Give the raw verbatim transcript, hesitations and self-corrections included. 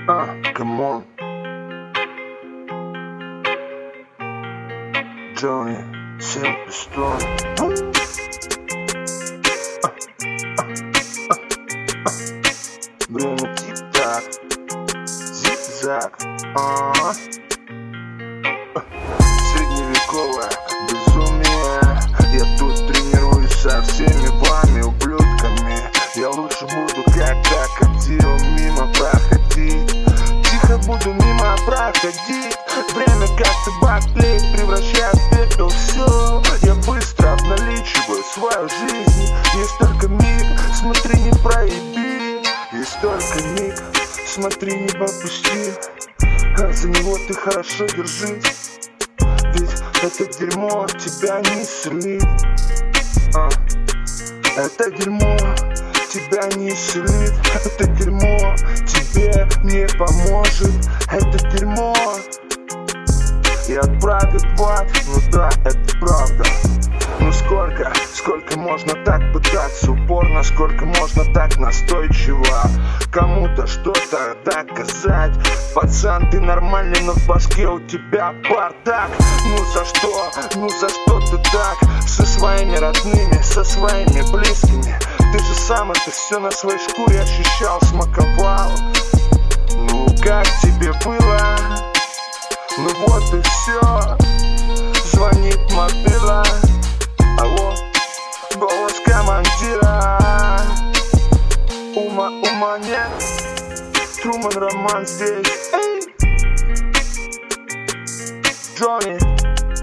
А, камон. Джонни, семь пистон. Время тик-так, зиг-заг. А-а-а. Средневековое безумие. Я тут тренируюсь со всеми вами, ублюдками. Я лучше буду как крокодил мимо проходить. Тихо буду мимо проходить. Время как табак тлеет, превращая в пепел все. Я быстро обналичиваю свою жизнь. Есть только миг, смотри, не проеби. Есть только миг, смотри, не попусти. А за него ты хорошо держись. Ведь это дерьмо тебя не исцелит. а. Это дерьмо тебя не исцелит. Это дерьмо тебе не поможет. Это дерьмо и отправит в ад. Ну да, это правда. Ну сколько, сколько можно так пытаться упорно, сколько можно так настойчиво кому-то что-то доказать. Пацан, ты нормальный, но в башке у тебя бардак. Ну за что, ну за что ты так со своими родными, со своими близкими? Ты же сам это все на своей шкуре ощущал, смаковал. Ну как тебе было? Ну вот и все. Звонит мобила. Алло, голос командира. Ума, ума нет. Труман Роман здесь.